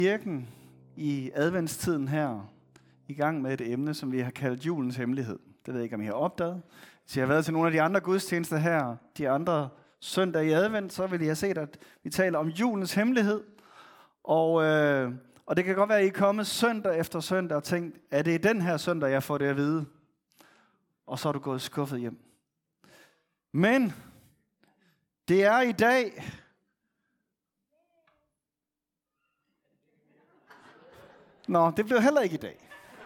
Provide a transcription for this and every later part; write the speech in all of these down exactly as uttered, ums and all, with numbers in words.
Kirken i adventstiden her i gang med et emne, som vi har kaldt julens hemmelighed. Det ved jeg ikke, om I har opdaget. Hvis I har været til nogle af de andre gudstjenester her, de andre søndage i advent, så vil I have set, at vi taler om julens hemmelighed. Og, øh, og det kan godt være, at I er kommet søndag efter søndag og tænkt, at det er den her søndag, jeg får det at vide. Og så er du gået skuffet hjem. Men det er i dag. Nå, det blev heller ikke i dag.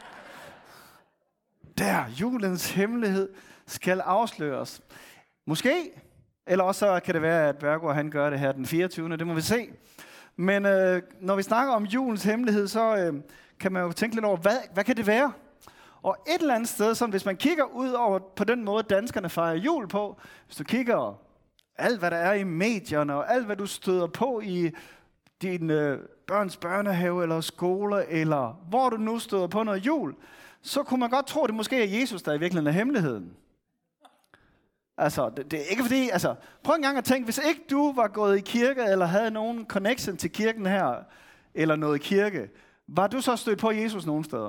Der, julens hemmelighed skal afsløres. Måske, eller også kan det være, at Bergo han gør det her den fireogtyvende Det må vi se. Men øh, når vi snakker om julens hemmelighed, så øh, kan man jo tænke lidt over, hvad, hvad kan det være? Og et eller andet sted, som hvis man kigger ud over på den måde, danskerne fejrer jul på, hvis du kigger alt, hvad der er i medierne, og alt, hvad du støder på i din øh, børns børnehave, eller skoler, eller hvor du nu støder på noget jul, så kunne man godt tro, at det måske er Jesus, der i virkeligheden er hemmeligheden. Altså, det, det er ikke fordi, altså, prøv en gang at tænke, hvis ikke du var gået i kirke, eller havde nogen connection til kirken her, eller noget kirke, var du så stødt på Jesus nogen steder?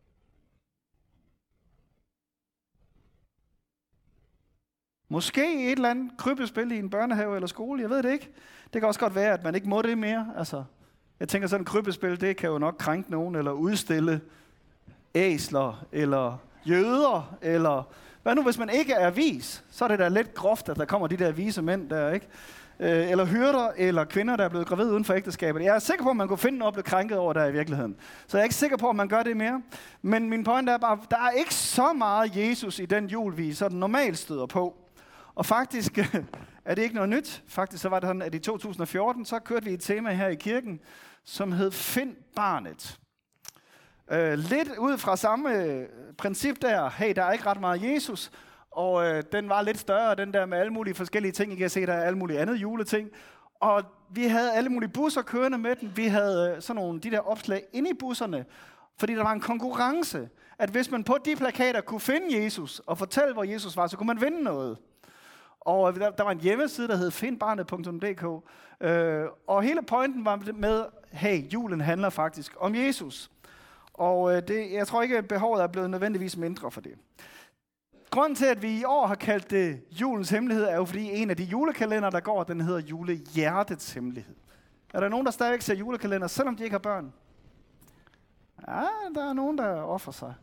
Måske et eller andet krybespil i en børnehave eller skole, jeg ved det ikke. Det kan også godt være, at man ikke må det mere. Altså, jeg tænker sådan et krybespil, det kan jo nok krænke nogen, eller udstille æsler, eller jøder, eller hvad nu, hvis man ikke er vis, så er det da lidt groft, at der kommer de der vise mænd der, ikke? Øh, eller hyrder, eller kvinder, der er blevet gravide uden for ægteskabet. Jeg er sikker på, at man kunne finde noget at blive krænket over der i virkeligheden. Så jeg er ikke sikker på, at man gør det mere. Men min pointe er bare, der er ikke så meget Jesus i den jul, vi sådan normalt støder på. Og faktisk er det ikke noget nyt. Faktisk så var det sådan, at i to tusind og fjorten, så kørte vi et tema her i kirken, som hed Find barnet. Uh, lidt ud fra samme uh, princip der, hey, der er ikke ret meget Jesus, og uh, den var lidt større, den der med alle mulige forskellige ting. I kan se, der er alle mulige andet juleting. Og vi havde alle mulige busser kørende med den. Vi havde uh, sådan nogle de der opslag inde i busserne, fordi der var en konkurrence, at hvis man på de plakater kunne finde Jesus og fortælle, hvor Jesus var, så kunne man vinde noget. Og der, der var en hjemmeside, der hed find barnet punktum d k, øh, og hele pointen var med, hey, julen handler faktisk om Jesus. Og øh, det, jeg tror ikke, at behovet er blevet nødvendigvis mindre for det. Grunden til, at vi i år har kaldt det julens hemmelighed, er jo fordi en af de julekalender, der går, den hedder julehjertets hemmelighed. Er der nogen, der stadigvæk ser julekalender, selvom de ikke har børn? Ja, der er nogen, der offer sig.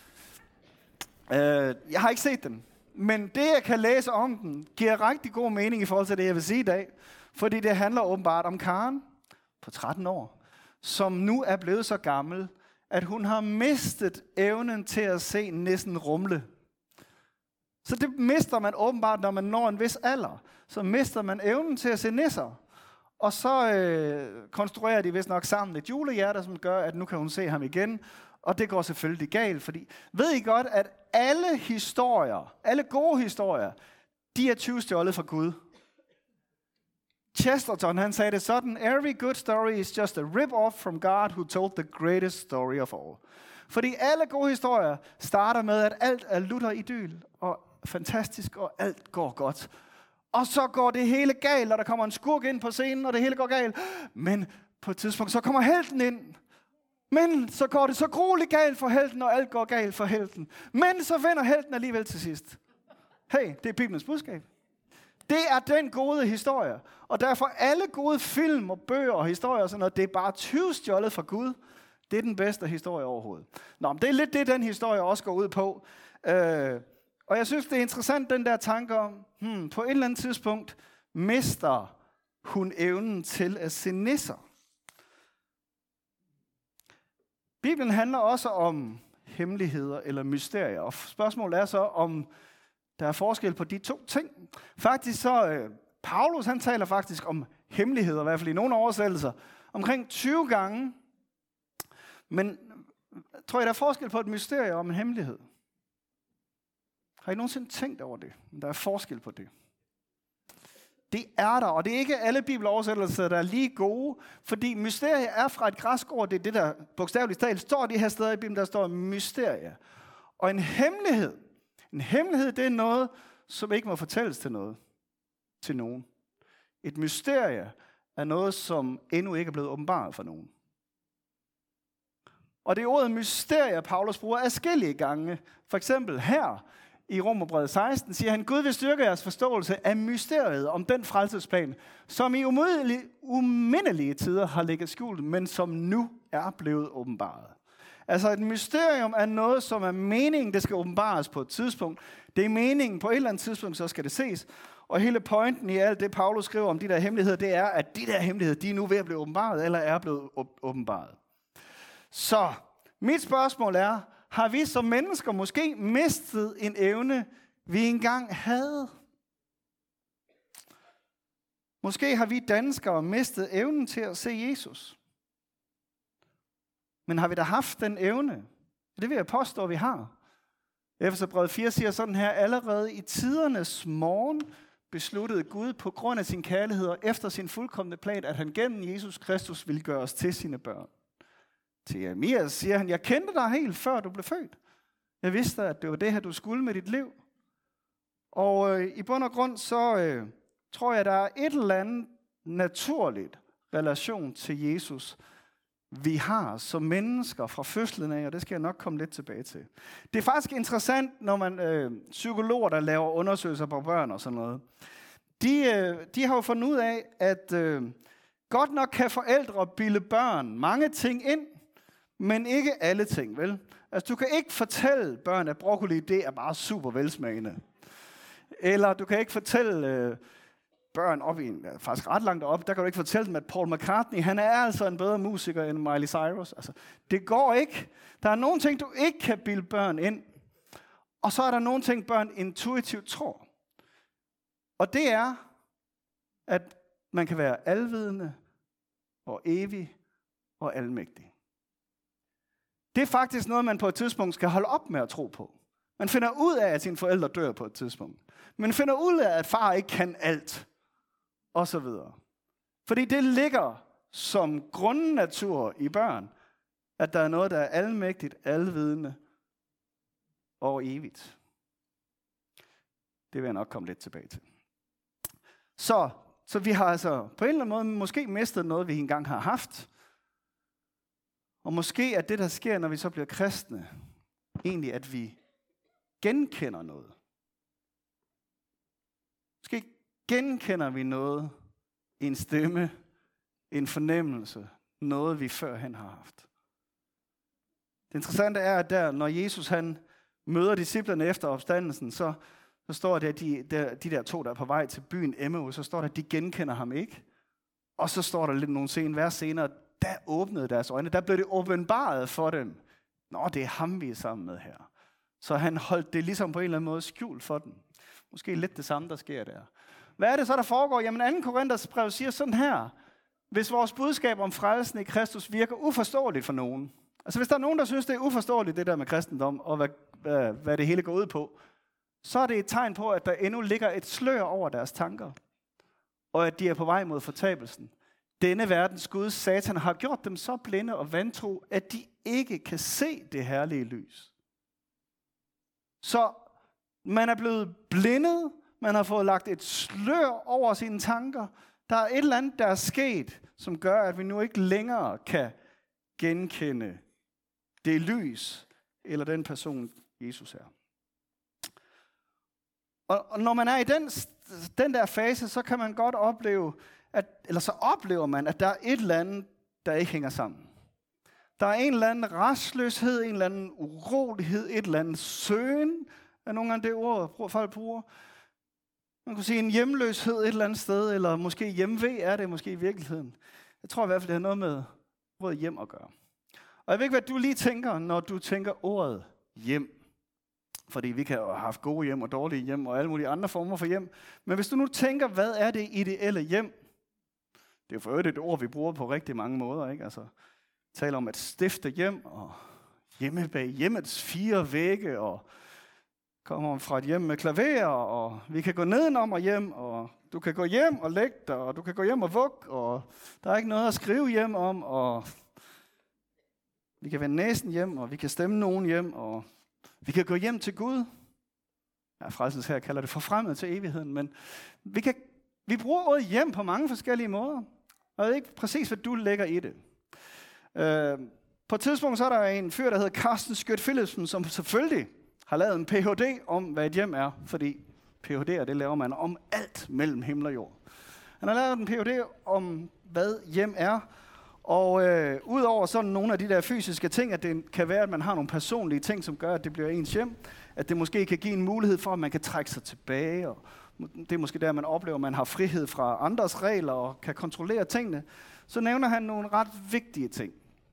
Øh, jeg har ikke set den. Men det, jeg kan læse om den, giver rigtig god mening i forhold til det, jeg vil sige i dag. Fordi det handler åbenbart om Karen på tretten år, som nu er blevet så gammel, at hun har mistet evnen til at se nissen rumle. Så det mister man åbenbart, når man når en vis alder. Så mister man evnen til at se nisser. Og så øh, konstruerer de vist nok sammen et julehjerte, som gør, at nu kan hun se ham igen. Og det går selvfølgelig galt, fordi ved I godt, at alle historier, alle gode historier, de er tyvstjålet fra Gud. Chesterton, han sagde det sådan, every good story is just a rip-off from God who told the greatest story of all. Fordi alle gode historier starter med, at alt er lutter idyl og fantastisk, og alt går godt. Og så går det hele galt, og der kommer en skurk ind på scenen, og det hele går galt. Men på et tidspunkt, så kommer helten ind. Men så går det så grueligt galt for helten, og alt går galt for helten. Men så vinder helten alligevel til sidst. Hey, det er Bibelens budskab. Det er den gode historie. Og derfor alle gode film og bøger og historier og sådan noget, det er bare tyvstjålet fra Gud. Det er den bedste historie overhovedet. Nå, men det er lidt det, den historie også går ud på. Øh, og jeg synes, det er interessant, den der tanke om, hmm, på et eller andet tidspunkt mister hun evnen til at se nisser. Bibelen handler også om hemmeligheder eller mysterier, og spørgsmålet er så, om der er forskel på de to ting. Faktisk så, øh, Paulus han taler faktisk om hemmeligheder, i hvert fald i nogle oversættelser, omkring tyve gange. Men tror jeg, der er forskel på et mysterie og en hemmelighed? Har I nogensinde tænkt over det? Der er forskel på det. Det er der, og det er ikke alle bibeloversættelser, der er lige gode, fordi mysterie er fra et græsk ord, det er det, der bogstaveligt talt står de her steder i Bibelen, der står mysterie. Og en hemmelighed, en hemmelighed, det er noget, som ikke må fortælles til noget, til nogen. Et mysterie er noget, som endnu ikke er blevet åbenbaret for nogen. Og det er ordet mysterier, Paulus bruger adskillige gange. For eksempel her i Romerbrevet seksten siger han, Gud vil styrke jeres forståelse af mysteriet om den frelsesplan, som i umindelige tider har ligget skjult, men som nu er blevet åbenbaret. Altså et mysterium er noget, som er meningen, det skal åbenbares på et tidspunkt. Det er meningen, på et eller andet tidspunkt, så skal det ses. Og hele pointen i alt det, Paulus skriver om de der hemmeligheder, det er, at de der hemmeligheder, de er nu ved at blive åbenbaret, eller er blevet åbenbaret. Så mit spørgsmål er, har vi som mennesker måske mistet en evne, vi engang havde? Måske har vi danskere mistet evnen til at se Jesus. Men har vi da haft den evne? Det vil jeg påstå, at vi har. Efeserbrevet fire siger sådan her, allerede i tidernes morgen besluttede Gud på grund af sin kærlighed og efter sin fuldkomne plan, at han gennem Jesus Kristus ville gøre os til sine børn. Til Jeremias siger han, jeg kendte dig helt før du blev født. Jeg vidste, at det var det her, du skulle med dit liv. Og øh, i bund og grund, så øh, tror jeg, der er et eller andet naturligt relation til Jesus, vi har som mennesker fra fødslen af, og det skal jeg nok komme lidt tilbage til. Det er faktisk interessant, når man øh, psykologer, der laver undersøgelser på børn og sådan noget, de, øh, de har jo fundet ud af, at øh, godt nok kan forældre bilde børn mange ting ind, men ikke alle ting, vel? Altså, du kan ikke fortælle børn, at broccoli, det er bare super velsmagende. Eller du kan ikke fortælle øh, børn op i en, faktisk ret langt op, der kan du ikke fortælle dem, at Paul McCartney, han er altså en bedre musiker end Miley Cyrus. Altså, det går ikke. Der er nogle ting, du ikke kan bilde børn ind. Og så er der nogle ting, børn intuitivt tror. Og det er, at man kan være alvidende og evig og almægtig. Det er faktisk noget, man på et tidspunkt skal holde op med at tro på. Man finder ud af, at sine forældre dør på et tidspunkt. Man finder ud af, at far ikke kan alt. Og så videre. Fordi det ligger som grundnatur i børn, at der er noget, der er almægtigt, alvidende og evigt. Det vil jeg nok komme lidt tilbage til. Så, så vi har altså på en eller anden måde måske mistet noget, vi engang har haft. Og måske er det, der sker, når vi så bliver kristne, egentlig, at vi genkender noget. Måske genkender vi noget, en stemme, en fornemmelse, noget vi førhen har haft. Det interessante er, at der, når Jesus han møder disciplerne efter opstandelsen, så, så står det, at de, der, de der to, der er på vej til byen Emmaus, så står der, at de genkender ham ikke. Og så står der lidt nogle sen, vers senere, der åbnede deres øjne, der blev det åbenbaret for dem. Nå, det er ham, vi er sammen med her. Så han holdt det ligesom på en eller anden måde skjult for dem. Måske lidt det samme, der sker der. Hvad er det så, der foregår? Jamen, anden Korinthers brev siger sådan her. Hvis vores budskab om frelsen i Kristus virker uforståeligt for nogen. Altså, hvis der er nogen, der synes, det er uforståeligt, det der med kristendom, og hvad, hvad, hvad det hele går ud på, så er det et tegn på, at der endnu ligger et slør over deres tanker. Og at de er på vej mod fortabelsen. Denne verdens Gud, Satan, har gjort dem så blinde og vantro, at de ikke kan se det herlige lys. Så man er blevet blindet, man har fået lagt et slør over sine tanker. Der er et eller andet, der er sket, som gør, at vi nu ikke længere kan genkende det lys, eller den person, Jesus er. Og når man er i den, den der fase, så kan man godt opleve, at, eller så oplever man, at der er et eller andet, der ikke hænger sammen. Der er en eller anden rastløshed, en eller anden urolighed, et eller andet søgen, er nogle gange det ord, folk bruger. Man kunne sige en hjemløshed et eller andet sted, eller måske hjemved er det måske i virkeligheden. Jeg tror i hvert fald, det har noget med ordet hjem at gøre. Og jeg ved ikke, hvad du lige tænker, når du tænker ordet hjem. Fordi vi kan jo have haft gode hjem og dårlige hjem og alle mulige andre former for hjem. Men hvis du nu tænker, hvad er det ideelle hjem? Det er jo for øvrigt et ord, vi bruger på rigtig mange måder, ikke? Altså, taler om at stifte hjem og hjemme bag hjemmets fire vægge og kommer fra et hjem med klaver, og vi kan gå nedenom og hjem, og du kan gå hjem og lægge dig, og du kan gå hjem og vugge, og der er ikke noget at skrive hjem om, og vi kan vende næsen hjem, og vi kan stemme nogen hjem, og vi kan gå hjem til Gud. Ja, Frelsens her kalder det forfremmet til evigheden, men vi, kan, vi bruger ordet hjem på mange forskellige måder, og jeg ved ikke præcis, hvad du lægger i det. Øh, På et tidspunkt så er der en fyr, der hedder Carsten Skjødt Philipsen, som selvfølgelig har lavet en P H D om, hvad et hjem er. Fordi P H D'er, det laver man om alt mellem himmel og jord. Han har lavet en P H D om, hvad hjem er. Og øh, udover sådan nogle af de der fysiske ting, at det kan være, at man har nogle personlige ting, som gør, at det bliver ens hjem. At det måske kan give en mulighed for, at man kan trække sig tilbage. Og det er måske der, man oplever, at man har frihed fra andres regler og kan kontrollere tingene. Så nævner han nogle ret vigtige ting.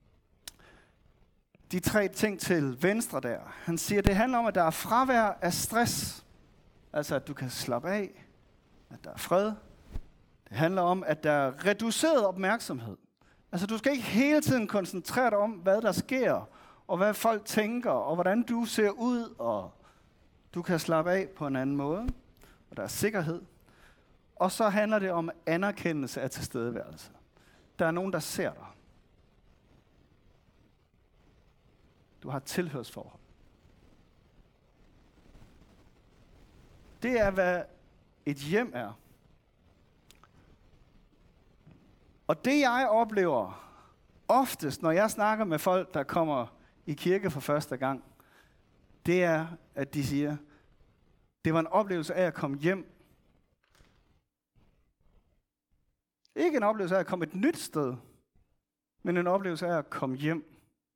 De tre ting til venstre der. Han siger, at det handler om, at der er fravær af stress. Altså, at du kan slappe af. At der er fred. Det handler om, at der er reduceret opmærksomhed. Altså, du skal ikke hele tiden koncentrere dig om, hvad der sker, og hvad folk tænker, og hvordan du ser ud, og du kan slappe af på en anden måde. Og der er sikkerhed. Og så handler det om anerkendelse af tilstedeværelse. Der er nogen, der ser dig. Du har et tilhørsforhold. Det er, hvad et hjem er. Og det, jeg oplever oftest, når jeg snakker med folk, der kommer i kirke for første gang, det er, at de siger, det var en oplevelse af at komme hjem. Ikke en oplevelse af at komme et nyt sted, men en oplevelse af at komme hjem.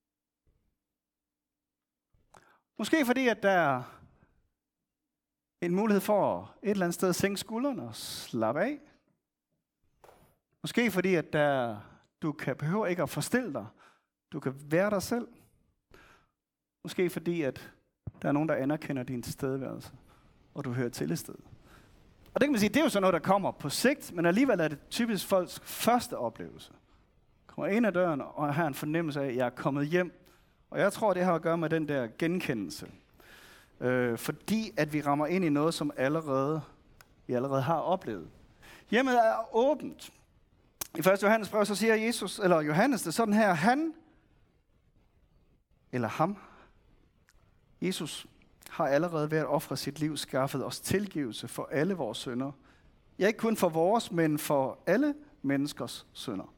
Måske fordi, at der er en mulighed for et eller andet sted at sænke skuldrene og slappe af. Måske fordi, at der, du kan behøver ikke at forstille dig. Du kan være dig selv. Måske fordi, at der er nogen, der anerkender din tilstedeværelse, og du hører til et sted. Og det kan man sige, det er jo sådan noget, der kommer på sigt, men alligevel er det typisk folks første oplevelse. Kommer ind ad døren og har en fornemmelse af, at jeg er kommet hjem. Og jeg tror, det har at gøre med den der genkendelse. Øh, fordi at vi rammer ind i noget, som allerede, vi allerede har oplevet. Hjemmet er åbent. I første Johannes brev, så siger Jesus, eller Johannes det sådan her, han, eller ham, Jesus, har allerede ved at ofre sit liv skaffet os tilgivelse for alle vores synder. Ja, ikke kun for vores, men for alle menneskers synder.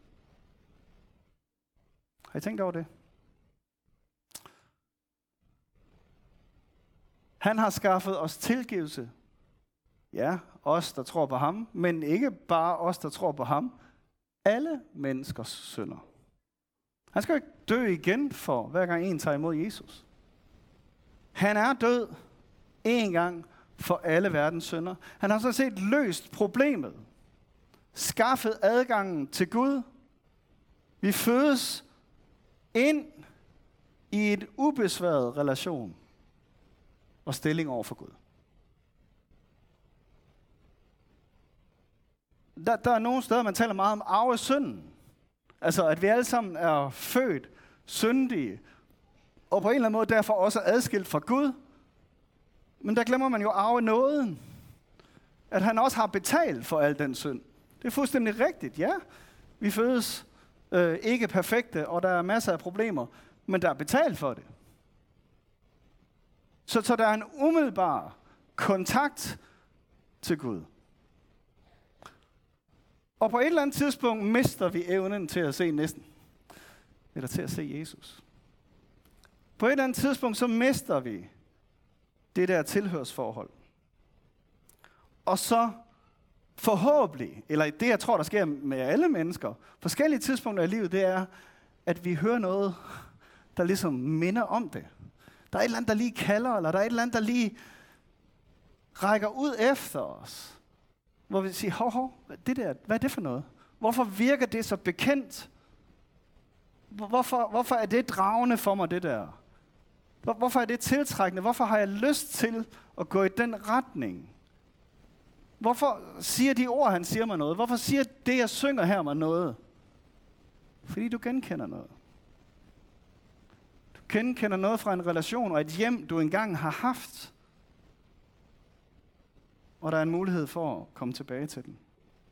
Har I tænkt over det? Han har skaffet os tilgivelse. Ja, os, der tror på ham, men ikke bare os, der tror på ham. Alle menneskers synder. Han skal jo ikke dø igen for, hver gang en tager imod Jesus. Han er død en gang for alle verdens synder. Han har så set løst problemet. Skaffet adgangen til Gud. Vi fødes ind i et ubesværet relation og stilling over for Gud. Der, der er nogle steder, man taler meget om arvesynden. Altså, at vi alle sammen er født syndige, og på en eller anden måde derfor også adskilt fra Gud. Men der glemmer man jo arve nåden. At han også har betalt for al den synd. Det er fuldstændig rigtigt, ja. Vi fødes øh, ikke perfekte, og der er masser af problemer, men der er betalt for det. Så, så der er en umiddelbar kontakt til Gud. Og på et eller andet tidspunkt mister vi evnen til at se næsten. Eller til at se Jesus. På et eller andet tidspunkt så mister vi det der tilhørsforhold. Og så forhåbentlig, eller det jeg tror, der sker med alle mennesker, forskellige tidspunkter i livet, det er, at vi hører noget, der ligesom minder om det. Der er et eller andet, der lige kalder, eller der er et eller andet, der lige rækker ud efter os. Hvor vi siger, hov, hov, det der, hvad er det for noget? Hvorfor virker det så bekendt? Hvorfor, hvorfor er det dragende for mig, det der? Hvor, hvorfor er det tiltrækkende? Hvorfor har jeg lyst til at gå i den retning? Hvorfor siger de ord, han siger mig noget? Hvorfor siger det, jeg synger her mig noget? Fordi du genkender noget. Du genkender noget fra en relation og et hjem, du engang har haft. Og der er en mulighed for at komme tilbage til den.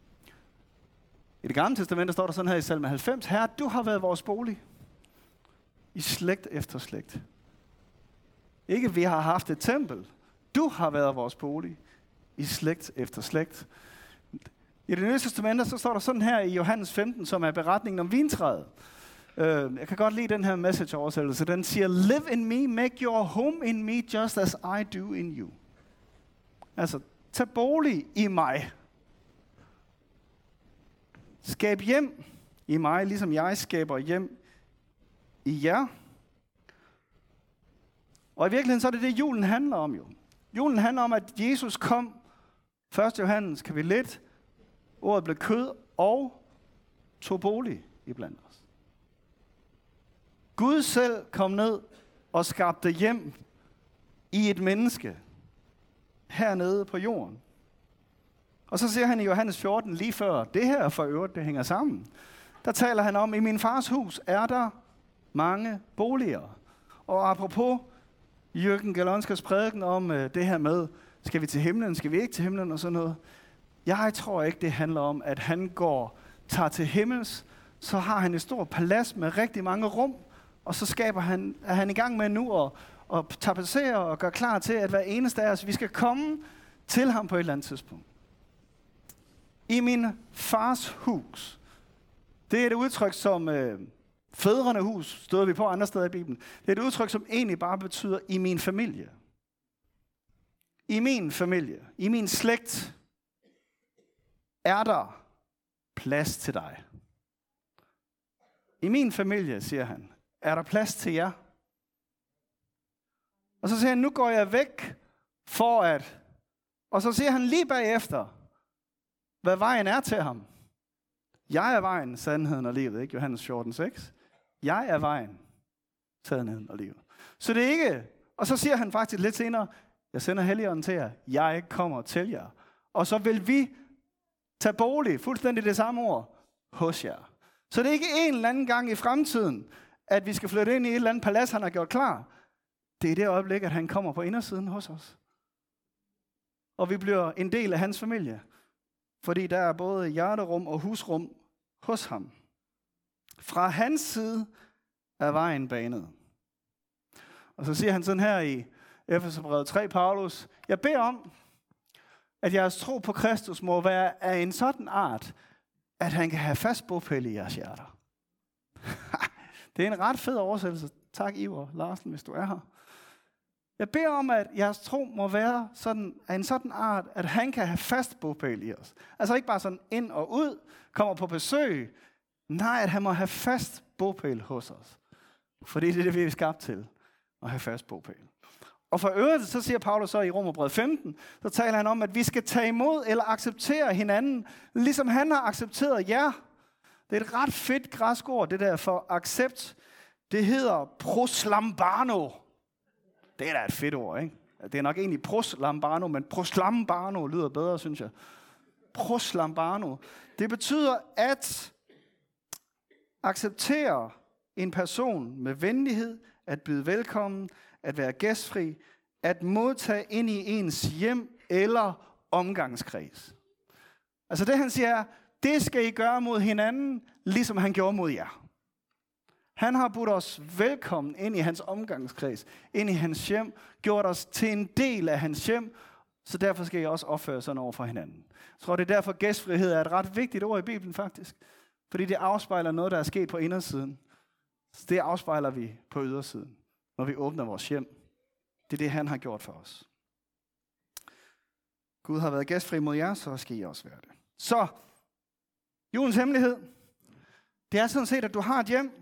I Det Gamle Testamente står der sådan her i salme halvfems. Herre, du har været vores bolig. I slægt efter slægt. Ikke vi har haft et tempel. Du har været vores bolig. I slægt efter slægt. I Det Nye Testamente så står der sådan her i Johannes femten, som er beretningen om vintræet. Uh, jeg kan godt lide den her message-oversættelse. Den siger, live in me, make your home in me, just as I do in you. Altså, tag bolig i mig. Skab hjem i mig, ligesom jeg skaber hjem i jer. Og i virkeligheden så er det det, julen handler om jo. Julen handler om, at Jesus kom, første Johannes kapitel et, ordet blev kød og tog bolig iblandt os. Gud selv kom ned og skabte hjem i et menneske hernede på jorden. Og så siger han i Johannes fjorten lige før, det her for øvrigt, det hænger sammen. Der taler han om, i min fars hus er der mange boliger. Og apropos Jürgen Galonskers prædiken om øh, det her med, skal vi til himlen, skal vi ikke til himlen og sådan noget. Jeg tror ikke, det handler om, at han går, tager til himmels, så har han et stort palads med rigtig mange rum, og så skaber han, er han i gang med nu at, at tapetsere og gøre klar til, at hver eneste af os, vi skal komme til ham på et eller andet tidspunkt. I min fars hus. Det er et udtryk, som øh, fædrene hus, stod vi på andre steder i Bibelen. Det er et udtryk, som egentlig bare betyder i min familie. I min familie, i min slægt, er der plads til dig. I min familie, siger han, er der plads til jer. Og så siger han, nu går jeg væk for at... Og så siger han lige bagefter, hvad vejen er til ham. Jeg er vejen, sandheden og livet, ikke? Johannes fjorten seks. Jeg er vejen, sandheden og livet. Så det er ikke... Og så siger han faktisk lidt senere, jeg sender Helligånden til jer. Jeg kommer til jer. Og så vil vi tage bolig, fuldstændig det samme ord, hos jer. Så det er ikke en eller anden gang i fremtiden, at vi skal flytte ind i et eller andet palads, han har gjort klar. Det er det øjeblik, at han kommer på indersiden hos os. Og vi bliver en del af hans familie. Fordi der er både hjerterum og husrum hos ham. Fra hans side er vejen banet. Og så siger han sådan her i Efeserbrevet tre, Paulus, jeg beder om, at jeres tro på Kristus må være af en sådan art, at han kan have fast bopæl i jeres hjerter. Det er en ret fed oversættelse. Tak, Ivar Larsen, hvis du er her. Jeg beder om, at jeres tro må være sådan, af en sådan art, at han kan have fast bopæl i os. Altså ikke bare sådan ind og ud, kommer på besøg. Nej, at han må have fast bopæl hos os. Fordi det er det, vi er skabt til, at have fast bopæl. Og for øvrigt, så siger Paulus så i Romerbrevet femten, så taler han om, at vi skal tage imod eller acceptere hinanden, ligesom han har accepteret jer. Det er et ret fedt græsk ord, det der for accept. Det hedder proslambano. Det er da et fedt ord, ikke? Det er nok egentlig proslambano, men proslambano lyder bedre, synes jeg. Proslambano. Det betyder at acceptere en person med venlighed, at byde velkommen, at være gæstfri, at modtage ind i ens hjem eller omgangskreds. Altså det han siger er, det skal I gøre mod hinanden, ligesom han gjorde mod jer. Han har budt os velkommen ind i hans omgangskreds, ind i hans hjem, gjort os til en del af hans hjem, så derfor skal I også opføre sådan over for hinanden. Jeg tror, det er derfor gæstfrihed er et ret vigtigt ord i Bibelen faktisk, fordi det afspejler noget, der er sket på indersiden. Så det afspejler vi på ydersiden, når vi åbner vores hjem. Det er det, han har gjort for os. Gud har været gæstfri mod jer, så skal I også være det. Så, julens hemmelighed, det er sådan set, at du har et hjem.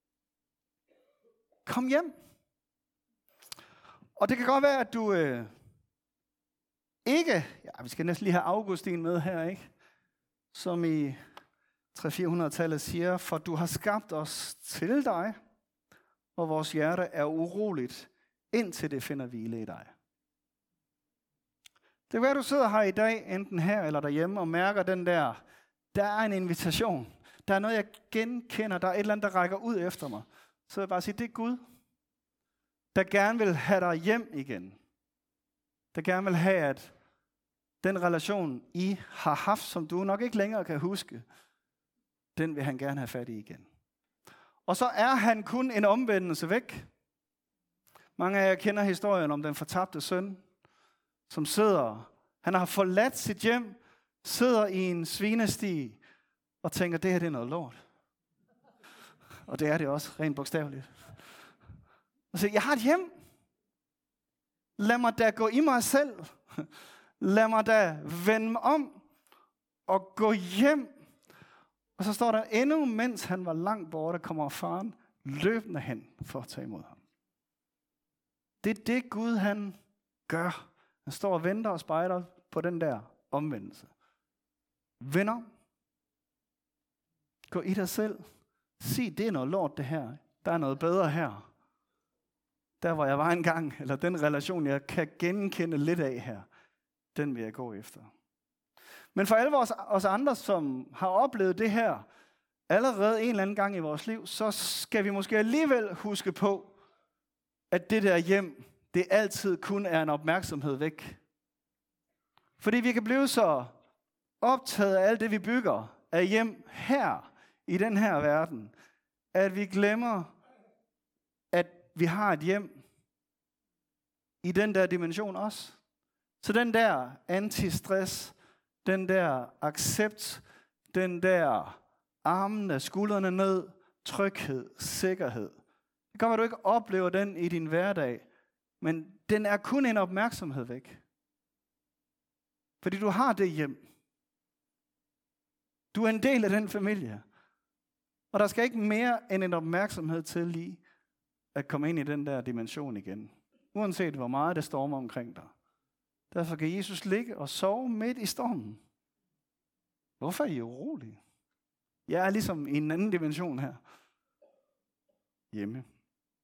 Kom hjem. Og det kan godt være, at du øh, ikke, ja, vi skal næsten lige have Augustin med her, ikke? Som i tre hundrede fire hundrede-tallet siger, for du har skabt os til dig, og vores hjerte er uroligt, indtil det finder hvile i dig. Det kan være, at du sidder her i dag, enten her eller derhjemme, og mærker den der, der er en invitation. Der er noget, jeg genkender, der er et eller andet, der rækker ud efter mig. Så vil jeg bare sige, det er Gud, der gerne vil have dig hjem igen. Der gerne vil have, at den relation, I har haft, som du nok ikke længere kan huske, den vil han gerne have fat i igen. Og så er han kun en omvendelse væk. Mange af jer kender historien om den fortabte søn, som sidder, han har forladt sit hjem, sidder i en svinestig og tænker, det her det er noget lort. Og det er det også, rent bogstaveligt. Og så, jeg har et hjem. Lad mig da gå i mig selv. Lad mig da vende om og gå hjem. Og så står der, endnu mens han var langt borte, kommer faren løbende hen for at tage imod ham. Det er det Gud, han gør. Han står og venter og spejder på den der omvendelse. Venner, gå i dig selv. Sig, det er noget lort det her. Der er noget bedre her. Der hvor jeg var engang, eller den relation, jeg kan genkende lidt af her, den vil jeg gå efter. Men for alle os, os andre, som har oplevet det her, allerede en eller anden gang i vores liv, så skal vi måske alligevel huske på, at det der hjem, det altid kun er en opmærksomhed væk. Fordi vi kan blive så optaget af alt det, vi bygger af hjem her, i den her verden, at vi glemmer, at vi har et hjem i den der dimension også. Så den der anti-stress, den der accept, den der armene, skuldrene ned, tryghed, sikkerhed. Det kan godt være, du ikke oplever den i din hverdag, men den er kun en opmærksomhed væk. Fordi du har det hjem. Du er en del af den familie. Og der skal ikke mere end en opmærksomhed til lige at komme ind i den der dimension igen. Uanset hvor meget det stormer omkring dig. Derfor kan Jesus ligge og sove midt i stormen. Hvorfor er I urolige? Jeg er ligesom i en anden dimension her. Hjemme.